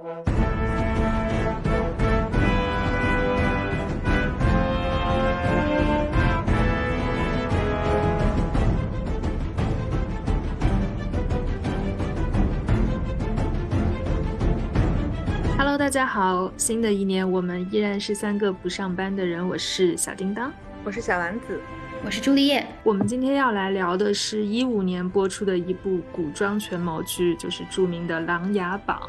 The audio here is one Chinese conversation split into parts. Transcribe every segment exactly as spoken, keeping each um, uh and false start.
Hello， 大家好，新的一年我们依然是三个不上班的人，我是小叮当， 我是小丸子， 我是朱丽叶。 我们今天要来聊的是一五年播出的一部古装权谋剧，就是著名的《琅琊榜》。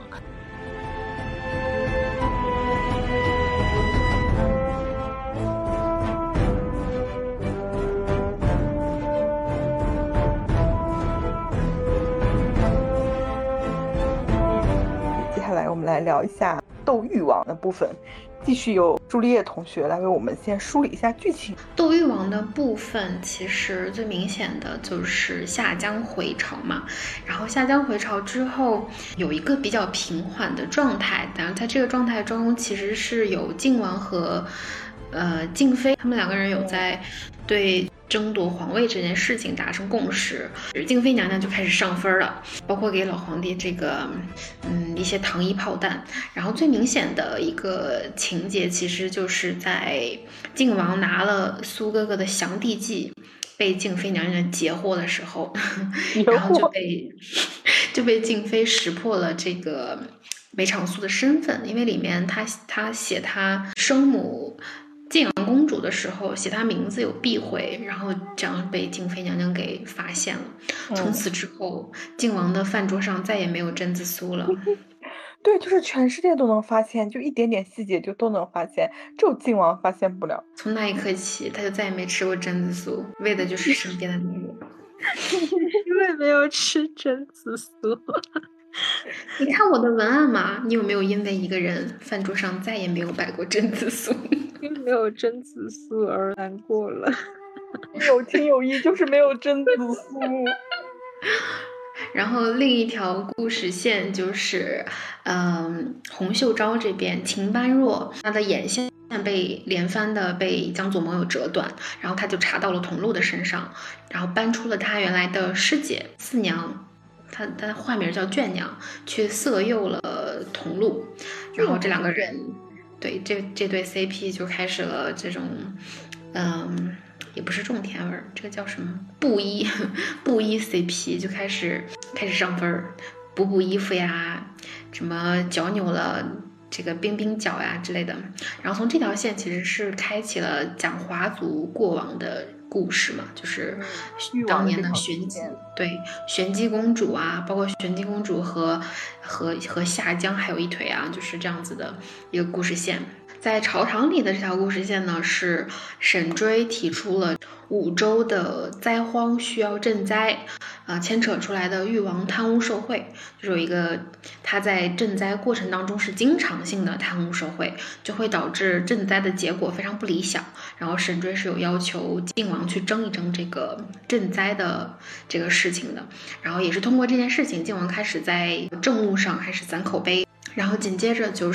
我们来聊一下斗誉王的部分，继续由朱丽叶同学来为我们先梳理一下剧情。 斗誉王的部分其实最明显的就是下江回朝嘛，然后下江回朝之后有一个比较平缓的状态，当然在这个状态中其实是有靖王和呃静妃他们两个人有在对争夺皇位这件事情达成共识，静妃娘娘就开始上分了，包括给老皇帝这个嗯一些糖衣炮弹。然后最明显的一个情节其实就是在靖王拿了苏哥哥的降帝计被静妃娘娘截获的时候，然后就被就被静妃识破了这个梅长苏的身份，因为里面他他写他生母靖阳公主的时候写她名字有避讳，然后这样被静妃娘娘给发现了。从此之后靖王的饭桌上再也没有榛子酥了。 对，就是全世界都能发现，就一点点细节就都能发现，只有靖王发现不了。 从那一刻起他就再也没吃过榛子酥，为的就是身边的女人。 因为没有吃榛子酥。 你看我的文案嘛，你有没有因为一个人饭桌上再也没有摆过榛子酥？ 因为没有榛子酥而难过了。 有情有义就是没有榛子酥。 然后另一条故事线就是，嗯，洪秀昭这边秦般若他的眼线被连番的被江左盟友折断，然后他就查到了桐露的身上，然后搬出了他原来的师姐四娘，他他的化名叫眷娘，去色诱了桐露，然后这两个人对这这对 C P 就开始了这种嗯也不是种田文，这个叫什么布衣布衣 C P 就开始开始上分，补补衣服呀，什么脚扭了这个冰冰脚呀之类的。然后从这条线其实是开启了讲华族过往的故事嘛，就是当年的玄机，对玄机公主啊，包括玄机公主和和和下江还有一腿啊，就是这样子的一个故事线。在朝堂里的这条故事线呢，是沈追提出了五州的灾荒需要赈灾，啊、呃，牵扯出来的誉王贪污受贿，就是有一个他在赈灾过程当中是经常性的贪污受贿，就会导致赈灾的结果非常不理想。然后沈追是有要求靖王去争一争这个赈灾的这个事情的，然后也是通过这件事情，靖王开始在政务上开始攒口碑。然后紧接着就是，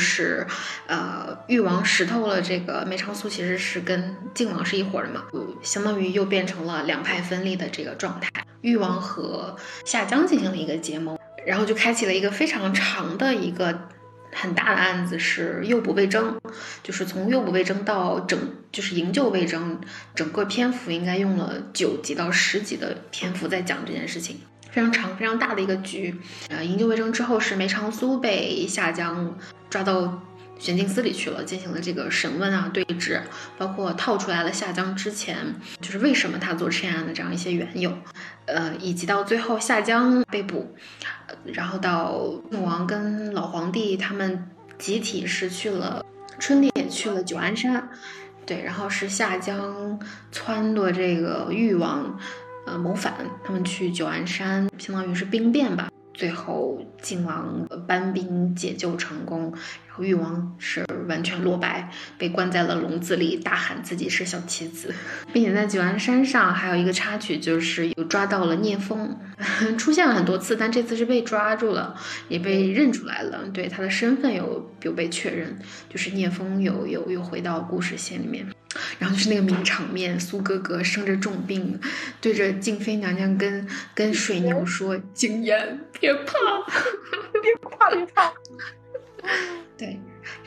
呃，誉王识透了这个梅长苏其实是跟靖王是一伙的嘛，相当于又变成了两派分立的这个状态。誉王和下江进行了一个结盟，然后就开启了一个非常长的一个很大的案子，是诱捕魏征，就是从诱捕魏征到整就是营救魏征，整个篇幅应该用了九集到十集的篇幅在讲这件事情。非常长非常大的一个局，呃，营救魏征之后是梅长苏被下江抓到玄镜司里去了，进行了这个审问啊对质，包括套出来了下江之前就是为什么他做这样的这样一些缘由，呃，以及到最后下江被捕，呃、然后到靖王跟老皇帝他们集体是去了春猎去了九安山，对，然后是下江撺掇这个誉王。呃，谋反，他们去九安山，相当于是兵变吧。最后靖王搬兵解救成功，然后誉王是完全落败，被关在了笼子里，大喊自己是小棋子，并且在九安山上还有一个插曲，就是有抓到了聂风，出现了很多次，但这次是被抓住了，也被认出来了，对他的身份有有被确认，就是聂风有有有回到故事线里面。然后就是那个名场面，苏哥哥生着重病，对着静妃娘娘跟跟水牛说：“景言别怕， 别怕，别怕。”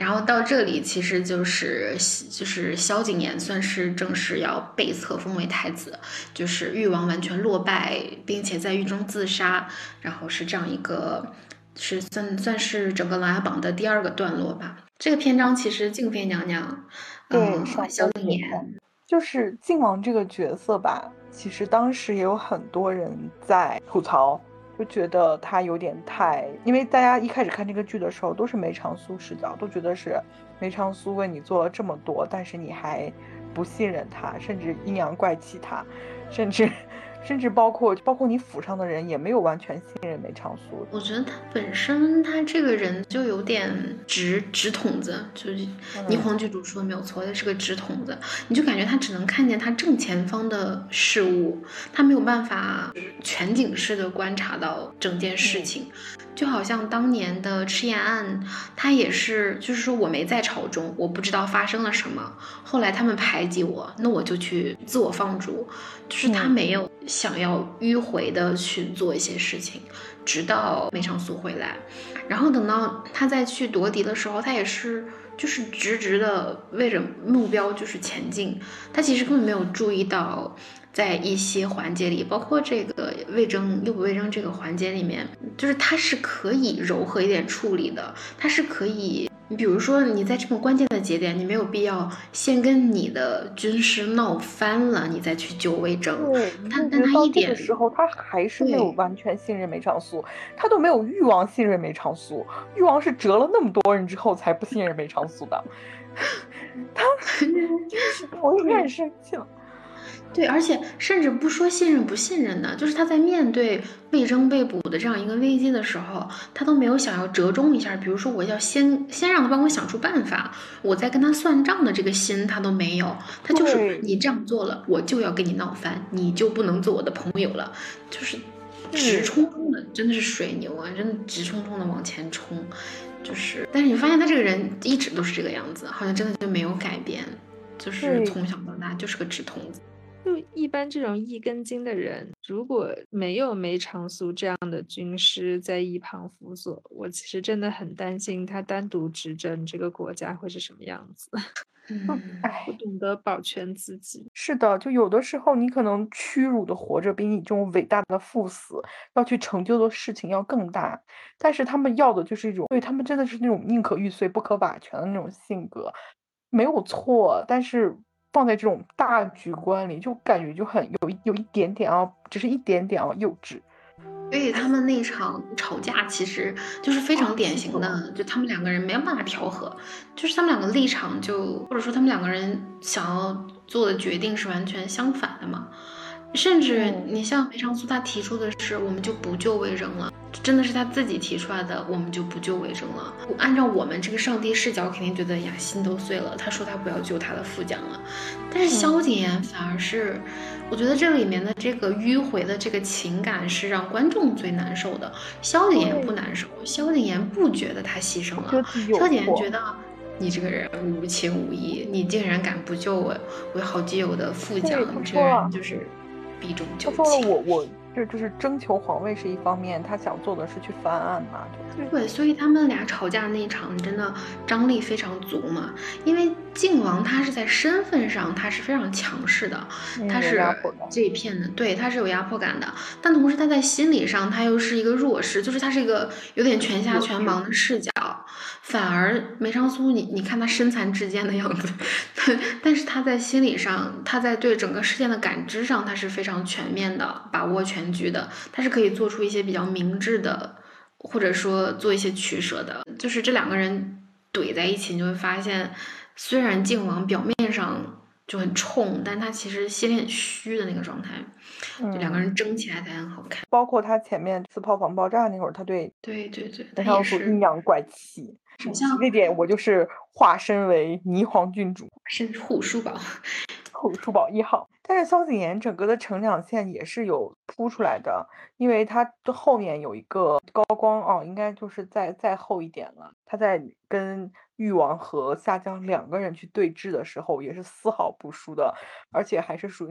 然后到这里其实就是就是萧景琰算是正式要被册封为太子，就是誉王完全落败，并且在狱中自杀，然后是这样一个是算算是整个琅琊榜的第二个段落吧。这个篇章其实静妃娘娘， 对， 呃， 上萧官姐景琰。 就是靖王这个角色吧，其实当时也有很多人在吐槽，就觉得他有点太，因为大家一开始看这个剧的时候都是梅长苏视角，都觉得是梅长苏为你做了这么多，但是你还不信任他，甚至阴阳怪气他，甚至甚至包括包括你府上的人也没有完全信任梅长苏。 我觉得他本身他这个人就有点直直筒子，就是霓凰剧组说的没有错，他是个直筒子，你就感觉他只能看见他正前方的事物，他没有办法全景式的观察到整件事情。就好像当年的赤焰案，他也是，就是说我没在朝中，我不知道发生了什么，后来他们排挤我，那我就去自我放逐，就是他没有想要迂回的去做一些事情，直到梅长苏回来，然后等到他再去夺嫡的时候，他也是就是直直的为着目标就是前进，他其实根本没有注意到在一些环节里，包括这个魏征诱捕魏征这个环节里面，就是他是可以柔和一点处理的，他是可以，你比如说你在这么关键的节点，你没有必要先跟你的军师闹翻了，你再去救魏征。 对， 但但他一点到这个时候，他还是没有完全信任梅长苏，他都没有誉王信任梅长苏，誉王是折了那么多人之后才不信任梅长苏的。他就是我有点生气了。 对，而且甚至不说信任不信任的，就是他在面对魏征被捕的这样一个危机的时候，他都没有想要折中一下，比如说我要先先让他帮我想出办法，我再跟他算账的这个心他都没有，他就是你这样做了，我就要跟你闹翻，你就不能做我的朋友了，就是直冲冲的，真的是水牛啊，真的直冲冲的往前冲，就是，但是你发现他这个人一直都是这个样子，好像真的就没有改变，就是从小到大就是个直筒子。 就一般这种一根筋的人，如果没有梅长苏这样的军师在一旁辅佐，我其实真的很担心他单独执政这个国家会是什么样子。 嗯， 不懂得保全自己。 是的，就有的时候你可能屈辱的活着，比你这种伟大的赴死要去成就的事情要更大。但是他们要的就是一种，对，他们真的是那种宁可玉碎不可瓦全的那种性格，没有错。但是放在这种大局观里，就感觉就很有有一点点啊，只是一点点啊幼稚。 所以他们那场吵架其实就是非常典型的，就他们两个人没有办法调和，就是他们两个立场就或者说他们两个人想要做的决定是完全相反的嘛。甚至你像梅长苏他提出的是我们就不救魏征了，真的是他自己提出来的，我们就不救魏征了。按照我们这个上帝视角，肯定觉得呀心都碎了。他说他不要救他的副将了，但是萧景琰反而是，我觉得这里面的这个迂回的这个情感是让观众最难受的。萧景琰不难受，萧景琰不觉得他牺牲了，萧景琰觉得你这个人无情无义，你竟然敢不救我为好基友的副将，你这个人就是避重就轻。 他说了，我我这就是征求皇位是一方面，他想做的是去翻案嘛。 对，所以他们俩吵架那一场真的张力非常足嘛。因为靖王他是在身份上他是非常强势的，他是这一片的，对，他是有压迫感的。但同时他在心理上他又是一个弱势，就是他是一个有点全瞎全盲的视角。反而梅长苏，你你看他身残志坚的样子，但是他在心理上，他在对整个事件的感知上，他是非常全面的，把握全局的，他是可以做出一些比较明智的，或者说做一些取舍的。就是这两个人怼在一起，你就会发现，虽然靖王表面上就很冲，但他其实心里很虚的那个状态，就两个人争起来才很好看。 包括他前面四炮房爆炸那会儿，他对对对对， 梅长苏阴阳怪气。 好像那点我就是化身为霓凰郡主， 是护书宝， 护书宝一号。但是萧景琰整个的成长线也是有铺出来的，因为他的后面有一个高光哦，应该就是再再后一点了。他在跟誉王和夏江两个人去对峙的时候，也是丝毫不输的，而且还是属于那种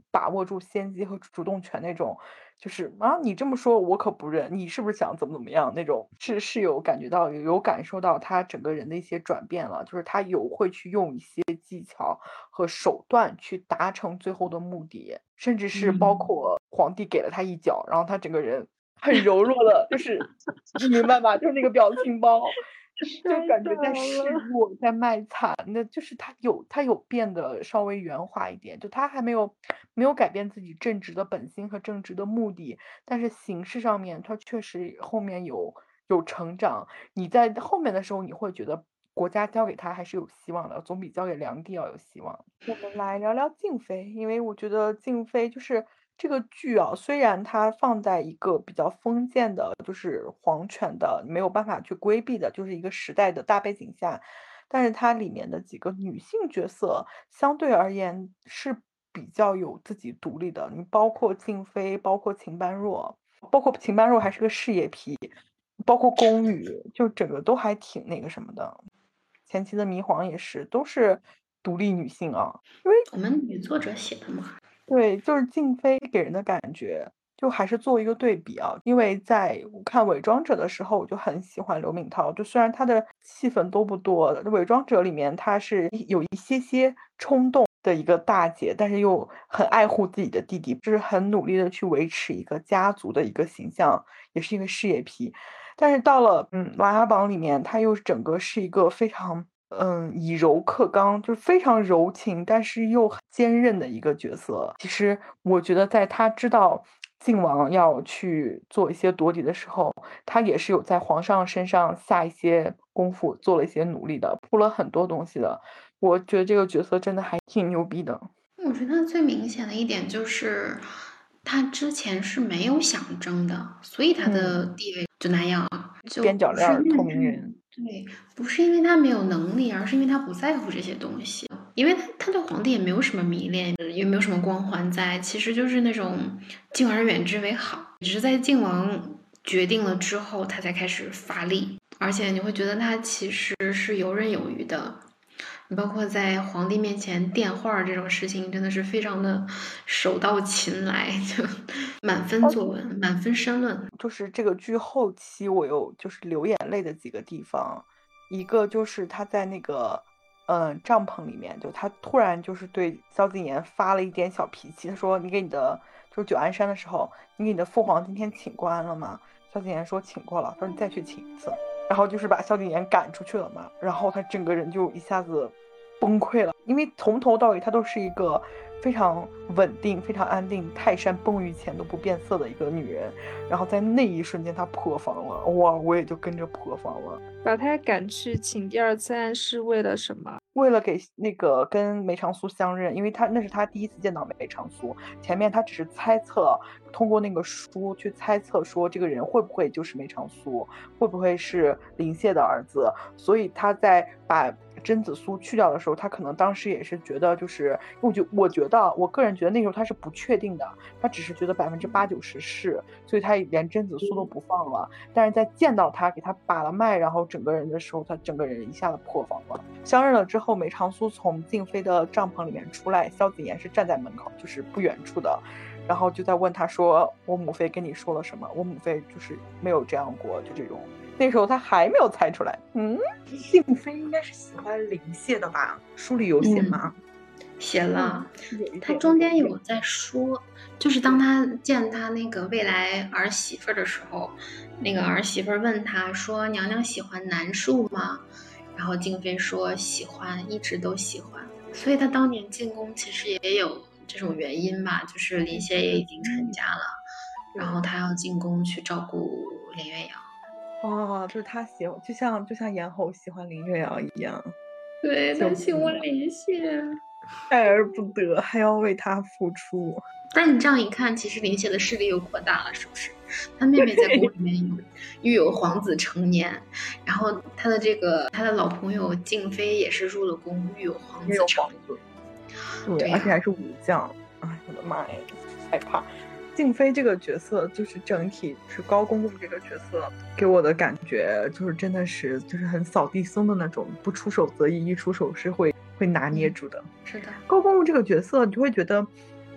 把握住先机和主动权那种，就是啊，你这么说我可不认，你是不是想怎么怎么样那种，是是有感觉到有感受到他整个人的一些转变了，就是他有会去用一些技巧和手段去达成最后的目的，甚至是包括皇帝给了他一脚，然后他整个人很柔弱的，就是你明白吧？就是那个表情包。就感觉在示弱，在卖惨，那就是他有他有变得稍微圆滑一点，就他还没有没有改变自己正直的本心和正直的目的，但是形式上面他确实后面有有成长。你在后面的时候，你会觉得国家交给他还是有希望的，总比交给梁帝要有希望。我们来聊聊静妃，因为我觉得静妃就是这个剧啊，虽然它放在一个比较封建的，就是皇权的，没有办法去规避的，就是一个时代的大背景下，但是它里面的几个女性角色相对而言是比较有自己独立的。你包括静妃，包括秦般若，包括秦般若还是个事业皮，包括宫羽，就整个都还挺那个什么的。前期的霓凰也是，都是独立女性啊，因为我们女作者写的嘛。 对，就是静妃给人的感觉，就还是做一个对比啊。因为在我看《伪装者》的时候，我就很喜欢刘敏涛，就虽然她的戏份都不多，《伪装者》里面她是有一些些冲动的一个大姐，但是又很爱护自己的弟弟，就是很努力的去维持一个家族的一个形象，也是一个事业皮。但是到了嗯《琅琊榜》里面，她又整个是一个非常。嗯，以柔克刚，就是非常柔情，但是又很坚韧的一个角色。其实我觉得，在他知道靖王要去做一些夺嫡的时候，他也是有在皇上身上下一些功夫，做了一些努力的，铺了很多东西的。我觉得这个角色真的还挺牛逼的。 我觉得最明显的一点就是，他之前是没有想争的，所以他的地位就那样，就边角料、透明人。 对，不是因为他没有能力，而是因为他不在乎这些东西。因为他他对皇帝也没有什么迷恋，也没有什么光环在，其实就是那种敬而远之为好。只是在靖王决定了之后，他才开始发力，而且你会觉得他其实是游刃有余的。你包括在皇帝面前电话这种事情，真的是非常的手到擒来，就满分作文，满分申论。 就是这个剧后期，我有就是流眼泪的几个地方，一个就是他在那个嗯帐篷里面，就他突然就是对萧景琰发了一点小脾气，他说：“你给你的就是九安山的时候，你给你的父皇今天请过安了吗？”萧景琰说：“请过了。”他说：“你再去请一次。”然后就是把萧景琰赶出去了嘛，然后他整个人就一下子崩溃了，因为从头到尾他都是一个非常稳定、非常安定、泰山崩于前都不变色的一个女人，然后在那一瞬间她破防了，哇，我也就跟着破防了。 把她赶去请第二次安是为了什么？ 为了给那个跟梅长苏相认，因为他那是他第一次见到梅长苏，前面他只是猜测，通过那个书去猜测说这个人会不会就是梅长苏，会不会是林燮的儿子，所以他在把甄子苏去掉的时候，他可能当时也是觉得，就是我觉我觉得我个人觉得那时候他是不确定的，他只是觉得百分之八九十是，所以他连甄子苏都不放了。但是在见到他给他把了脉，然后整个人的时候，他整个人一下子破防了。相认了之后，梅长苏从静妃的帐篷里面出来，萧景琰是站在门口，就是不远处的，然后就在问他说：“我母妃跟你说了什么？”我母妃就是没有这样过，就这种。那时候他还没有猜出来。嗯，静妃应该是喜欢林燮的吧？书里有写吗？ 嗯、写了，他中间有在说，就是当他见他那个未来儿媳妇的时候，那个儿媳妇问他说：“娘娘喜欢南树吗？”然后静妃说：“喜欢，一直都喜欢。”所以他当年进宫其实也有这种原因吧，就是林燮也已经成家了，然后他要进宫去照顾林月瑶。 哦，就是他喜欢，就像就像严侯喜欢林月瑶一样。 对，他喜欢林燮， 爱而不得，还要为他付出。 但你这样一看，其实林燮的势力又扩大了，是不是？他妹妹在宫里面有育有皇子成年，然后他的这个他的老朋友静妃也是入了宫，育有皇子成年，对，而且还是武将。哎，我的妈呀，害怕。静妃这个角色就是整体是高公公这个角色给我的感觉就是真的是就是很扫地僧的那种，不出手则已，一出手是会会拿捏住的。 是的， 高公公这个角色你就会觉得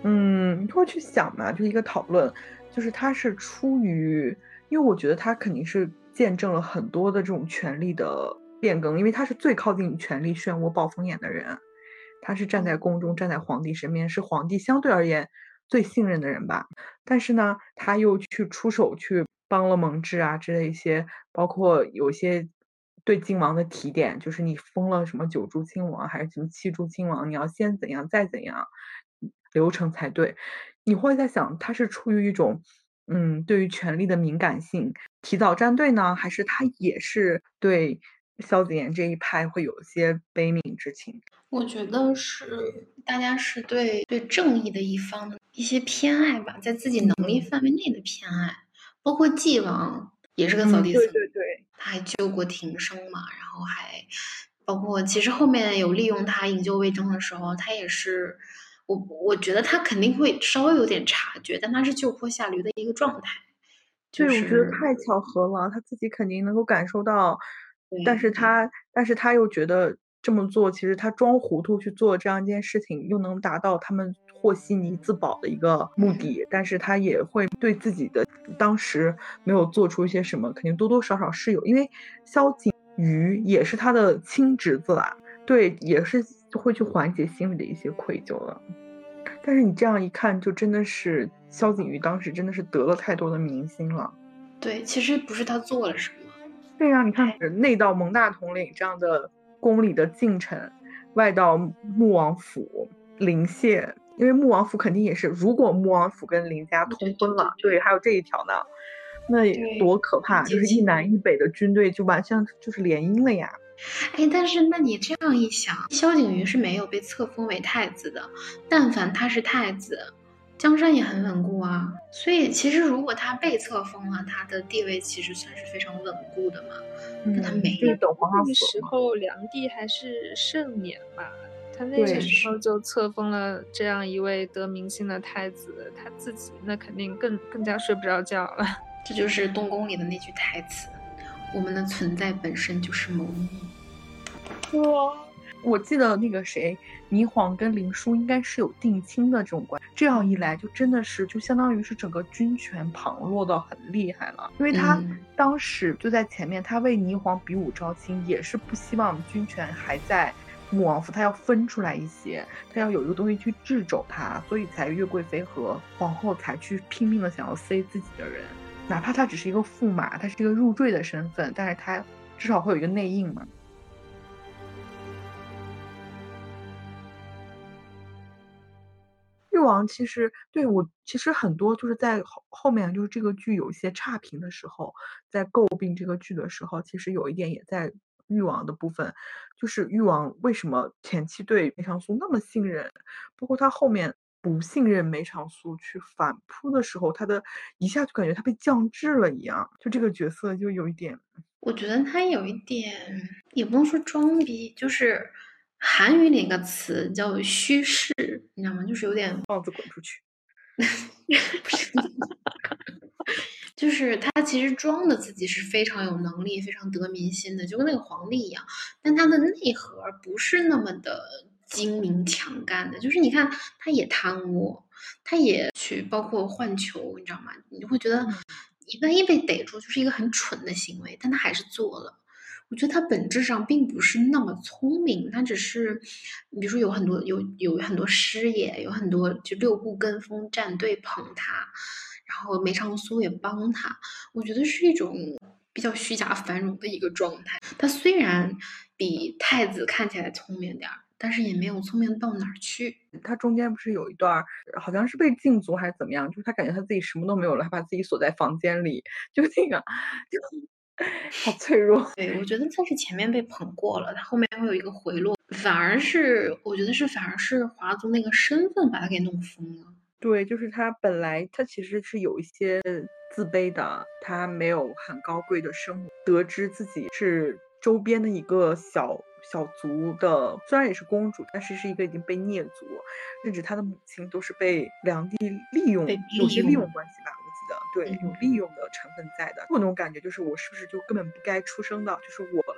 嗯，你会去想嘛，就是一个讨论，就是他是出于，因为我觉得他肯定是见证了很多的这种权力的变更，因为他是最靠近权力漩涡暴风眼的人，他是站在宫中，站在皇帝身边，是皇帝相对而言最信任的人吧。但是呢，他又去出手去帮了蒙挚啊之类一些，包括有些对靖王的提点，就是你封了什么九柱亲王还是什么七柱亲王，你要先怎样再怎样流程才对。你会在想，他是出于一种嗯对于权力的敏感性提早站队呢，还是他也是对萧子言这一派会有一些悲悯之情？ 我觉得是大家是对对正义的一方的一些偏爱吧，在自己能力范围内的偏爱，包括纪王也是个扫地僧， 嗯、对对对， 他还救过庭生嘛，然后还包括其实后面有利用他营救魏征的时候，他也是我我觉得他肯定会稍微有点察觉，但他是救坡下驴的一个状态，就对，我觉得是太巧合了，他自己肯定能够感受到，但对是他但是他又觉得这么做，其实他装糊涂去做这样一件事情，又能达到他们和稀泥自保的一个目的，但是他也会对自己的当时没有做出一些什么，肯定多多少少是有，因为萧景瑜也是他的亲侄子啦，对，也是会去缓解心里的一些愧疚了。但是你这样一看，就真的是萧景瑜当时真的是得了太多的民心了。 对，其实不是他做了什么。 对呀、啊，你看内到蒙大统领这样的宫里的近臣，外到穆王府、临谢，因为穆王府肯定也是，如果穆王府跟林家通婚了，对，还有这一条呢，那多可怕！就是一南一北的军队就完全就是联姻了呀。 哎，但是那你这样一想，萧景瑜是没有被册封为太子的，但凡他是太子，江山也很稳固啊。所以其实如果他被册封了，他的地位其实算是非常稳固的嘛。 嗯， 但他没就是等皇上那个死了。 时候梁帝还是盛年嘛，他那个时候就册封了这样一位得民心的太子，他自己那肯定更更加睡不着觉了。 这就是东宫里的那句台词：我们的存在本身就是谋逆。 哇，我记得那个谁，霓凰跟林殊应该是有定亲的这种关系，这样一来就真的是就相当于是整个军权旁落到很厉害了，因为他当时就在前面，他为霓凰比武招亲，也是不希望军权还在穆王府，他要分出来一些，他要有一个东西去掣肘他，所以才岳贵妃和皇后才去拼命的想要塞自己的人，哪怕他只是一个驸马，他是一个入赘的身份，但是他至少会有一个内应嘛。誉王其实对我其实很多就是在后后面就是这个剧有一些差评的时候，在诟病这个剧的时候，其实有一点也在誉王的部分，就是誉王为什么前期对梅长苏那么信任，包括他后面不信任梅长苏去反扑的时候，他的一下就感觉他被降智了一样，就这个角色就有一点， 我觉得他有一点也不能说装逼，就是韩语里一个词叫虚饰，你知道吗？就是有点棒子滚出去。 不是，就是他其实装的自己是非常有能力、非常得民心的，就跟那个皇帝一样，但他的内核不是那么的精明强干的。就是你看，他也贪污，他也去包括换球，你知道吗？你就会觉得，你万一被逮住，就是一个很蠢的行为，但他还是做了。我觉得他本质上并不是那么聪明，他只是，比如说有很多有有很多师爷，有很多就六部跟风战队捧他，然后梅长苏也帮他，我觉得是一种比较虚假繁荣的一个状态。他虽然比太子看起来聪明点儿，但是也没有聪明到哪儿去。 他中间不是有一段好像是被禁足还是怎么样，就是他感觉他自己什么都没有了，他把自己锁在房间里，就那个就好脆弱。 对，我觉得他是前面被捧过了，他后面会有一个回落，反而是我觉得是反而是华族那个身份把他给弄疯了。 对，就是他本来他其实是有一些自卑的，他没有很高贵的生活，得知自己是周边的一个小小族的，虽然也是公主，但是是一个已经被孽族，甚至他的母亲都是被梁帝利用，有些利用关系吧，我记得，对，有利用的成分在的。我那种感觉就是我是不是就根本不该出生的，就是我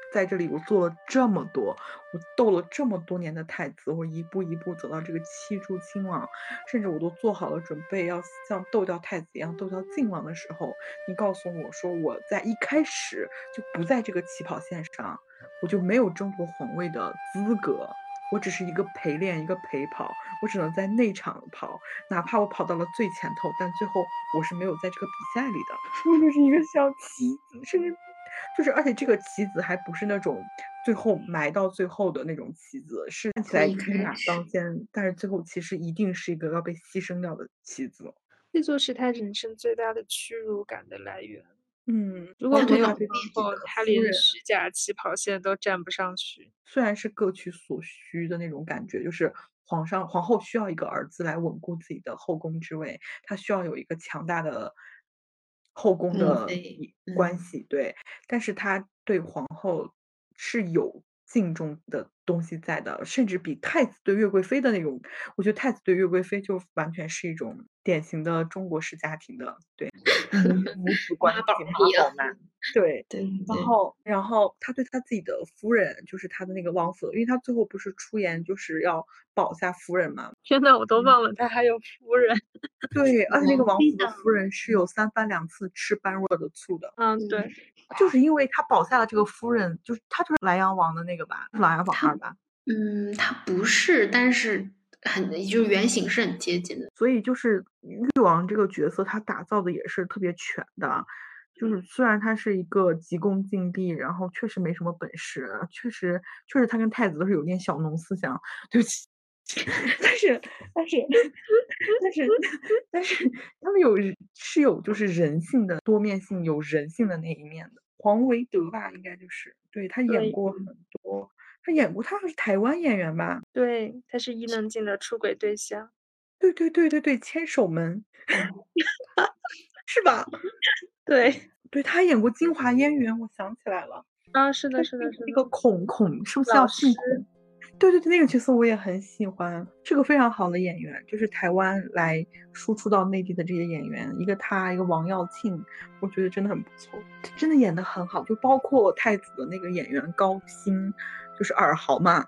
在这里我做了这么多，我斗了这么多年的太子，我一步一步走到这个七柱亲王，甚至我都做好了准备要像斗掉太子一样斗掉晋王的时候，你告诉我说我在一开始就不在这个起跑线上，我就没有争夺皇位的资格，我只是一个陪练，一个陪跑，我只能在内场跑，哪怕我跑到了最前头，但最后我是没有在这个比赛里的。我就是一个小棋子，甚至就是而且这个棋子还不是那种最后埋到最后的那种棋子，是看起来一马当先，但是最后其实一定是一个要被牺牲掉的棋子。 这就是他人生最大的屈辱感的来源。 嗯， 如果没有皇后，他连虚假起跑线都站不上去。 虽然是各取所需的那种感觉，就是皇上皇后需要一个儿子来稳固自己的后宫之位，他需要有一个强大的后宫的关系， 嗯、 对，但是他对皇后是有敬重的东西在的，甚至比太子对岳贵妃的那种，我觉得太子对岳贵妃就完全是一种典型的中国式家庭的，对，母子关系，妈宝男。对， 对， 然后，然后他对他自己的夫人，就是他的那个王府，因为他最后不是出言就是要保下夫人嘛。 天呐，我都忘了他还有夫人。 对，而且那个王府的夫人是有三番两次吃般若的醋的。 嗯，对， 就是因为他保下了这个夫人，就是他就是莱阳王的那个吧，琅琊榜二吧。 嗯，他不是，但是很就是原型是很接近的。 所以就是誉王这个角色，他打造的也是特别全的。就是虽然他是一个急功近利，然后确实没什么本事，确实确实他跟太子都是有点小农思想，对不起，但是但是但是但是他们有是有就是人性的多面性，有人性的那一面的。黄维德吧，应该就是对他演过很多，他演过他是台湾演员吧？ 对，他是伊能静的出轨对象。 对对对对对，千手门是吧？ 对， 对他演过《京华烟缘》，我想起来了。 啊，是的，是的，是的。 那个孔孔是不是叫姓孔？对对对，那个角色我也很喜欢，是个非常好的演员，就是台湾来输出到内地的这些演员，一个他，一个王耀庆，我觉得真的很不错，真的演得很好。就包括太子的那个演员高鑫，就是尔豪嘛。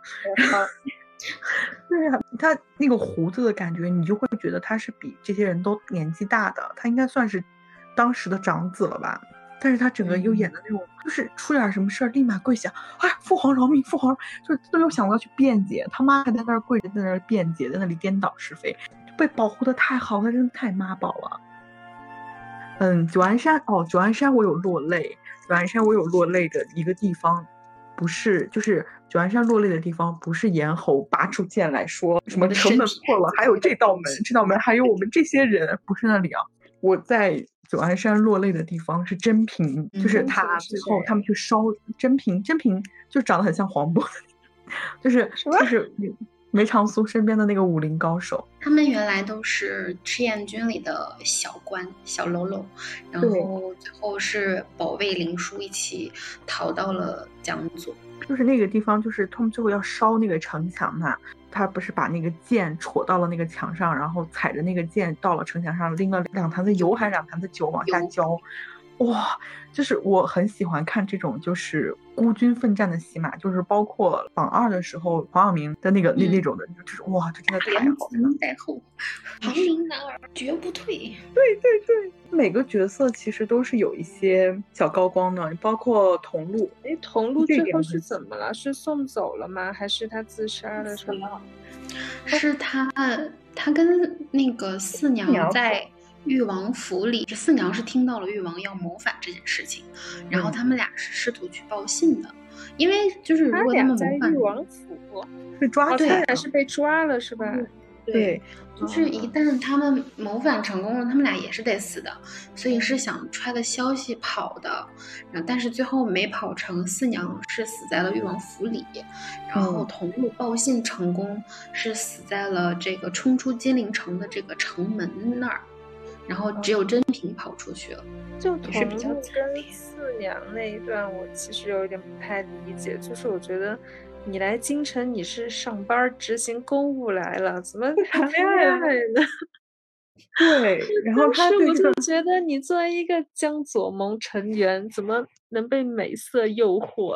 对啊，他那个胡子的感觉，你就会觉得他是比这些人都年纪大的，他应该算是当时的长子了吧。但是他整个又演的那种，嗯、就是出点什么事儿立马跪下，哎，父皇饶命，父皇，就是都没有想过要去辩解，他妈还在那儿跪着，在那儿辩解，在那里颠倒是非，被保护的太好了，真的太妈宝了。嗯，九安山哦，九安山我有落泪，九安山我有落泪的一个地方，不是就是九安山落泪的地方，不是咽喉拔出剑来说什么城门破了，还有这道门，这道门还有我们这些人，不是那里啊，我在。九安山落泪的地方是真平，嗯、就是他最后他们去烧真平，真平就长得很像黄渤，就是就是梅长苏身边的那个武林高手。 他们原来都是赤焰军里的小官小喽啰，然后最后是保卫林殊一起逃到了江左。 就是那个地方，就是他们最后要烧那个城墙嘛。他不是把那个剑戳到了那个墙上，然后踩着那个剑到了城墙上，拎了两坛子油还是两坛子酒往下浇。哇，就是我很喜欢看这种就是孤军奋战的戏码，就是包括榜二的时候黄晓明的那个、嗯、那那种的，就是哇，这真的太好了。 梁在后，庞陵男儿绝不退。 对对对，每个角色其实都是有一些小高光的，包括桐路。 哎，桐路最后是怎么了？是送走了吗？还是他自杀了？什么？ 是他，他跟那个四娘在誉王府里，这四娘是听到了誉王要谋反这件事情，然后他们俩是试图去报信的，嗯、因为就是如果他们谋反， 在誉王府被抓， 对，他俩是被抓了是吧？ 嗯对，就是一旦他们谋反成功了，他们俩也是得死的，所以是想揣个消息跑的，然后但是最后没跑成，四娘是死在了誉王府里，然后桐路报信成功，是死在了这个冲出金陵城的这个城门那儿，然后只有真平跑出去了。 就桐路跟四娘那一段，我其实有点不太理解，就是我觉得。你来京城，你是上班执行公务来了，怎么谈恋爱呢？ 对，然后他我就觉得你作为一个江左盟成员，怎么能被美色诱惑？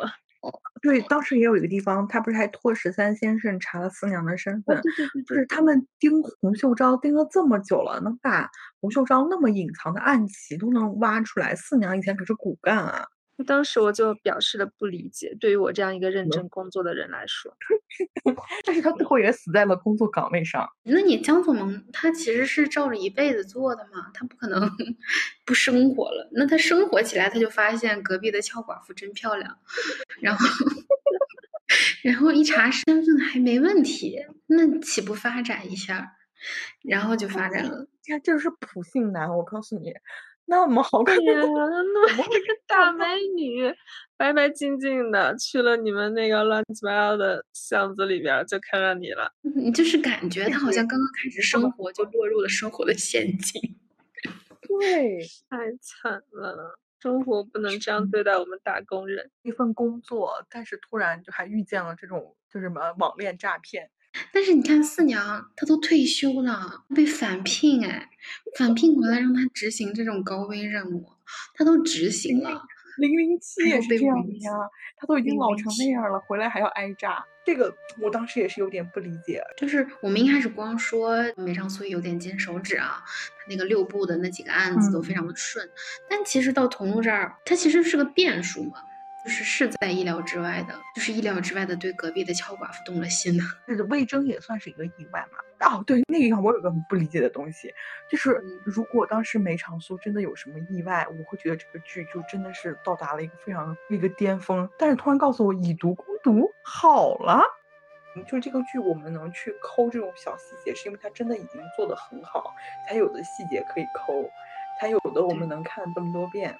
对，当时也有一个地方，他不是还托十三先生查了四娘的身哦， 份， 对对对对对。 就是他们盯洪秀昭盯了这么久了，能把洪秀昭那么隐藏的暗棋都能挖出来，四娘以前可是骨干啊。 当时我就表示了不理解，对于我这样一个认嗯真工作的人来说。 但是他最后也死在了工作岗位上。 那你江左盟他其实是照着一辈子做的嘛，他不可能不生活了。那他生活起来，他就发现隔壁的俏寡妇真漂亮，然后然后一查身份还没问题，那岂不发展一下？然后就发展了。 呀，这是普信男，我告诉你，那么好看对呀， 的， 那么怎么会一个大美女，白白净净的去了你们那个乱七八糟的巷子里边儿，就看上你了。 你就是感觉他好像刚刚开始生活，就落入了生活的陷阱。 对， 太惨了，生活不能这样对待我们打工人。 一份工作，但是突然就还遇见了这种就什么网恋诈骗。 但是你看四娘，她都退休了，被返聘哎，返聘回来让她执行这种高危任务，她都执行了。 零零七还要被也是这样猥的呀，他都已经老成那零零七样了，回来还要挨炸，这个我当时也是有点不理解。 就是我们一开始光说梅长苏有点金手指啊，他那个六部的那几个案子都非常的顺，但其实到桐庐这儿，它其实是个变数嘛。就是是在意料之外的，就是意料之外的对隔壁的俏寡妇动了心呢。 是的，魏征也算是一个意外嘛。哦，对，那个地方我有个很不理解的东西，就是如果当时梅长苏真的有什么意外，我会觉得这个剧就真的是到达了一个非常一个巅峰。但是突然告诉我以毒攻毒，好了。就是这个剧我们能去抠这种小细节，是因为它真的已经做得很好，才有的细节可以抠，才有的我们能看这么多遍。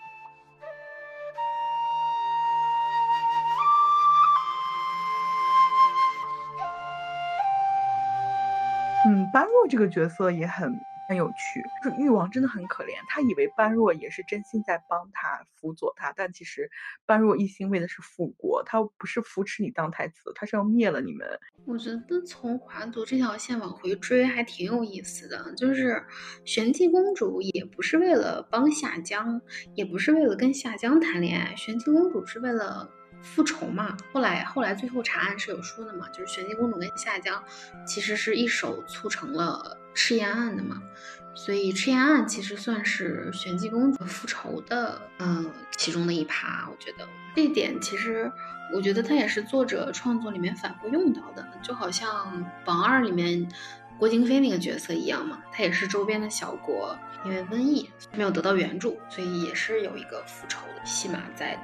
嗯，般若这个角色也很很有趣，就是誉王真的很可怜，他以为般若也是真心在帮他辅佐他，但其实般若一心为的是复国，他不是扶持你当太子，他是要灭了你们。 我觉得从华佗这条线往回追还挺有意思的，就是玄机公主也不是为了帮夏江，也不是为了跟夏江谈恋爱，玄机公主是为了复仇嘛。后来后来最后查案是有说的嘛，就是玄机公主跟夏江其实是一手促成了赤焰案的嘛，所以赤焰案其实算是玄机公主复仇的嗯其中的一趴。我觉得这一点其实我觉得它也是作者创作里面反复用到的，就好像榜二里面郭京飞那个角色一样嘛，他也是周边的小国因为瘟疫没有得到援助，所以也是有一个复仇的戏码在的。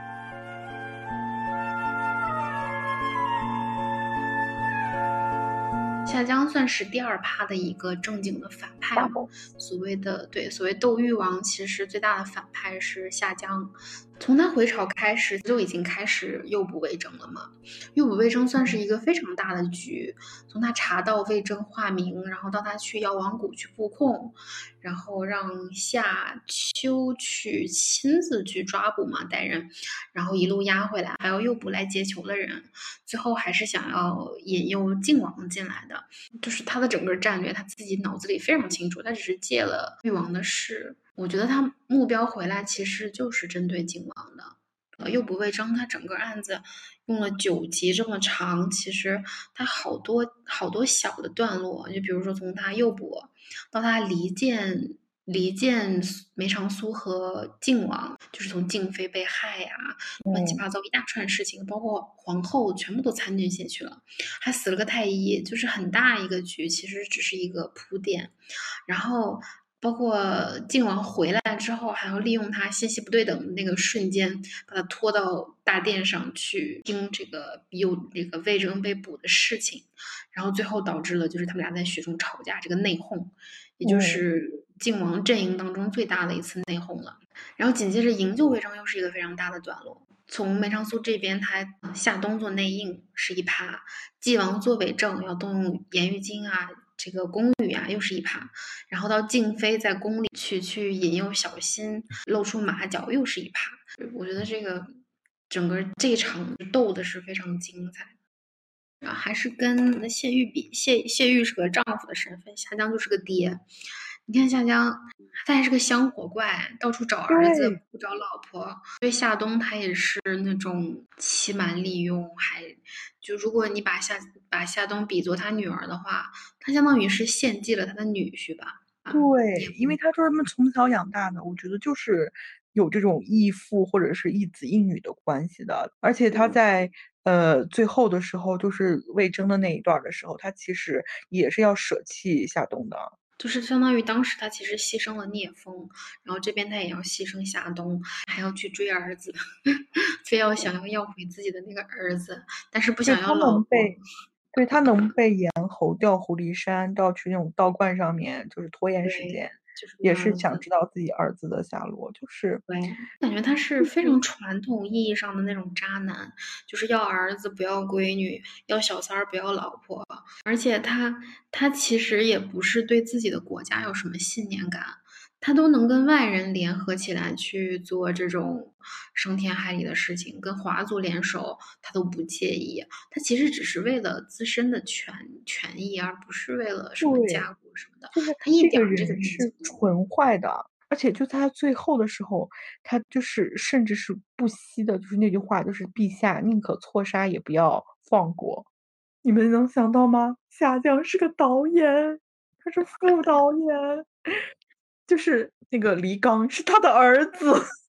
夏江算是第二趴的一个正经的反派嘛，所谓的对所谓斗誉王，其实最大的反派是夏江。从他回朝开始就已经开始诱捕魏征了嘛，诱捕魏征算是一个非常大的局，从他查到魏征化名，然后到他去妖王谷去布控，然后让夏秋去亲自去抓捕嘛带人，然后一路押回来，还要诱捕来劫囚的人，最后还是想要引诱靖王进来的。就是他的整个战略他自己脑子里非常清楚，他只是借了誉王的事。我觉得他目标回来其实就是针对靖王的。呃，诱捕魏征他整个案子用了九集这么长，其实他好多好多小的段落，就比如说从他诱捕到他离间离间梅长苏和靖王，就是从靖妃被害呀、啊，乱七八糟一大串事情，包括皇后全部都参进进去了，还死了个太医，就是很大一个局，其实只是一个铺垫。然后包括靖王回来之后，还要利用他信息不对等的那个瞬间，把他拖到大殿上去听这个有这个魏征被捕的事情，然后最后导致了就是他们俩在雪中吵架，这个内讧，也就是靖王阵营当中最大的一次内讧了。然后紧接着营救魏征又是一个非常大的段落。从梅长苏这边，他夏冬做内应是一趴，纪王做伪证要动用颜玉京啊，这个宫羽啊又是一趴，然后到静妃在宫里去去引诱小新露出马脚又是一趴。我觉得这个整个这一场斗的是非常精彩，然后还是跟谢玉比，谢谢玉是个丈夫的身份，夏江就是个爹。 你看夏江，他还是个香火怪，到处找儿子对不找老婆。对夏冬他也是那种欺瞒利用，还就如果你把夏把夏冬比作他女儿的话，他相当于是献祭了他的女婿吧？啊，也对，因为他说他们从小养大的，我觉得就是有这种义父或者是义子义女的关系的。而且他在呃最后的时候，就是魏征的那一段的时候，他其实也是要舍弃夏冬的。 就是相当于当时他其实牺牲了聂风，然后这边他也要牺牲夏冬，还要去追儿子，非要想要要回自己的那个儿子，但是不对，他想要老婆。 能被，对，他能被咽喉调狐狸山，调去那种道观上面，就是拖延时对， 间， 就是也那儿子。 是想知道自己儿子的下落，就是对，感觉他是非常传统意义上的那种渣男，就是要儿子不要闺女，要小三儿不要老婆，而且他他其实也不是对自己的国家有什么信念感，他都能跟外人联合起来去做这种伤天害理的事情，跟华族联手他都不介意，他其实只是为了自身的权权益，而不是为了什么对， 家国什么的， 就是他一这个点儿这个人是意思都没有。 纯坏的，而且就在他最后的时候，他就是甚至是不惜的，就是那句话，就是陛下宁可错杀也不要放过。你们能想到吗？夏江是个导演，他是副导演，就是那个黎刚是他的儿子，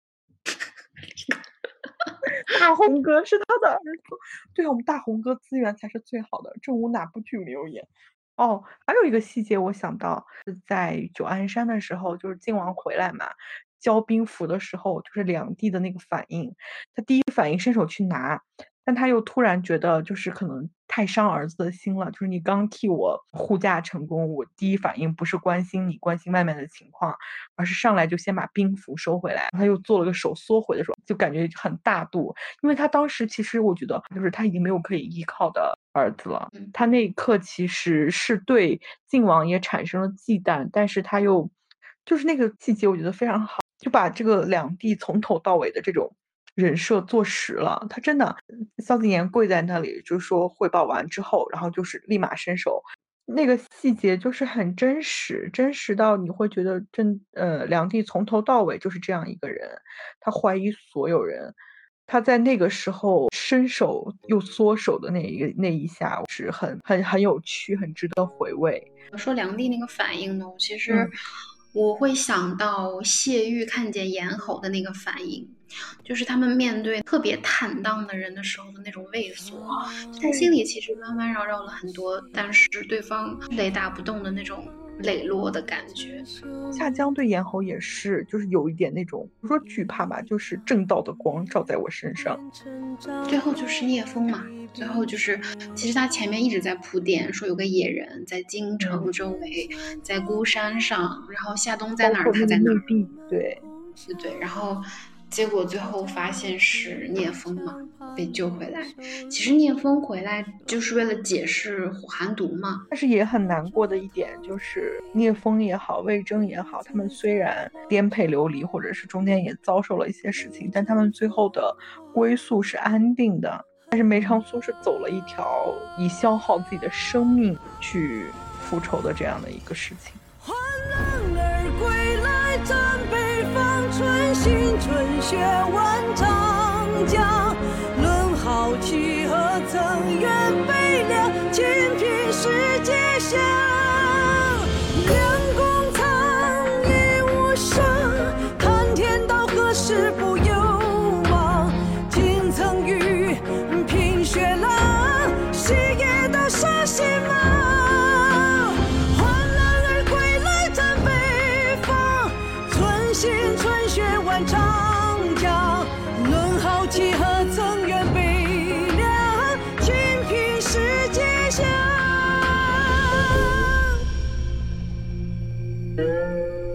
大红哥是他的儿子。对啊，我们大红哥资源才是最好的，正午哪部剧没有演？哦，还有一个细节我想到是在九安山的时候，就是靖王回来嘛，交兵符的时候，就是两帝的那个反应，他第一反应伸手去拿，但他又突然觉得就是可能太伤儿子的心了，就是你刚替我护驾成功，我第一反应不是关心你关心外面的情况，而是上来就先把兵符收回来，他又做了个手缩回的时候，就感觉很大度，因为他当时其实我觉得就是他已经没有可以依靠的儿子了，他那一刻其实是对靖王也产生了忌惮，但是他又就是那个细节我觉得非常好，就把这个两帝从头到尾的这种人设做实了。他真的萧景琰跪在那里就说汇报完之后，然后就是立马伸手，那个细节就是很真实，真实到你会觉得真呃梁帝从头到尾就是这样一个人，他怀疑所有人，他在那个时候伸手又缩手的那一个那一下是很很很有趣，很值得回味。 说梁帝那个反应呢，其实嗯我会想到谢玉看见咽喉的那个反应，就是他们面对特别坦荡的人的时候的那种畏缩，他心里其实弯弯绕绕了很多，但是对方雷打不动的那种磊落的感觉。 夏江对咽喉也是，就是有一点那种不说惧怕吧，就是正道的光照在我身上。 最后就是聂风嘛，最后就是其实他前面一直在铺垫，说有个野人在京城周围，嗯、在孤山上，然后夏冬在哪儿，他在哪儿。 对对对，然后结果最后发现是聂风嘛，被救回来。其实聂风回来就是为了解释虎寒毒嘛。 但是也很难过的一点就是聂风也好，魏征也好，他们虽然颠沛流离，或者是中间也遭受了一些事情，但他们最后的归宿是安定的。但是梅长苏是走了一条以消耗自己的生命去复仇的这样的一个事情。 欢浪儿归来战北方，春心春雪万长江，论豪气和曾远北凉，尽凭世界香。两公苍夷无声，谈天道何时不由忘，今曾与凭雪浪，昔夜的沙心吗？心春雪万长江，论豪气和曾远北凉，尽凭世界香。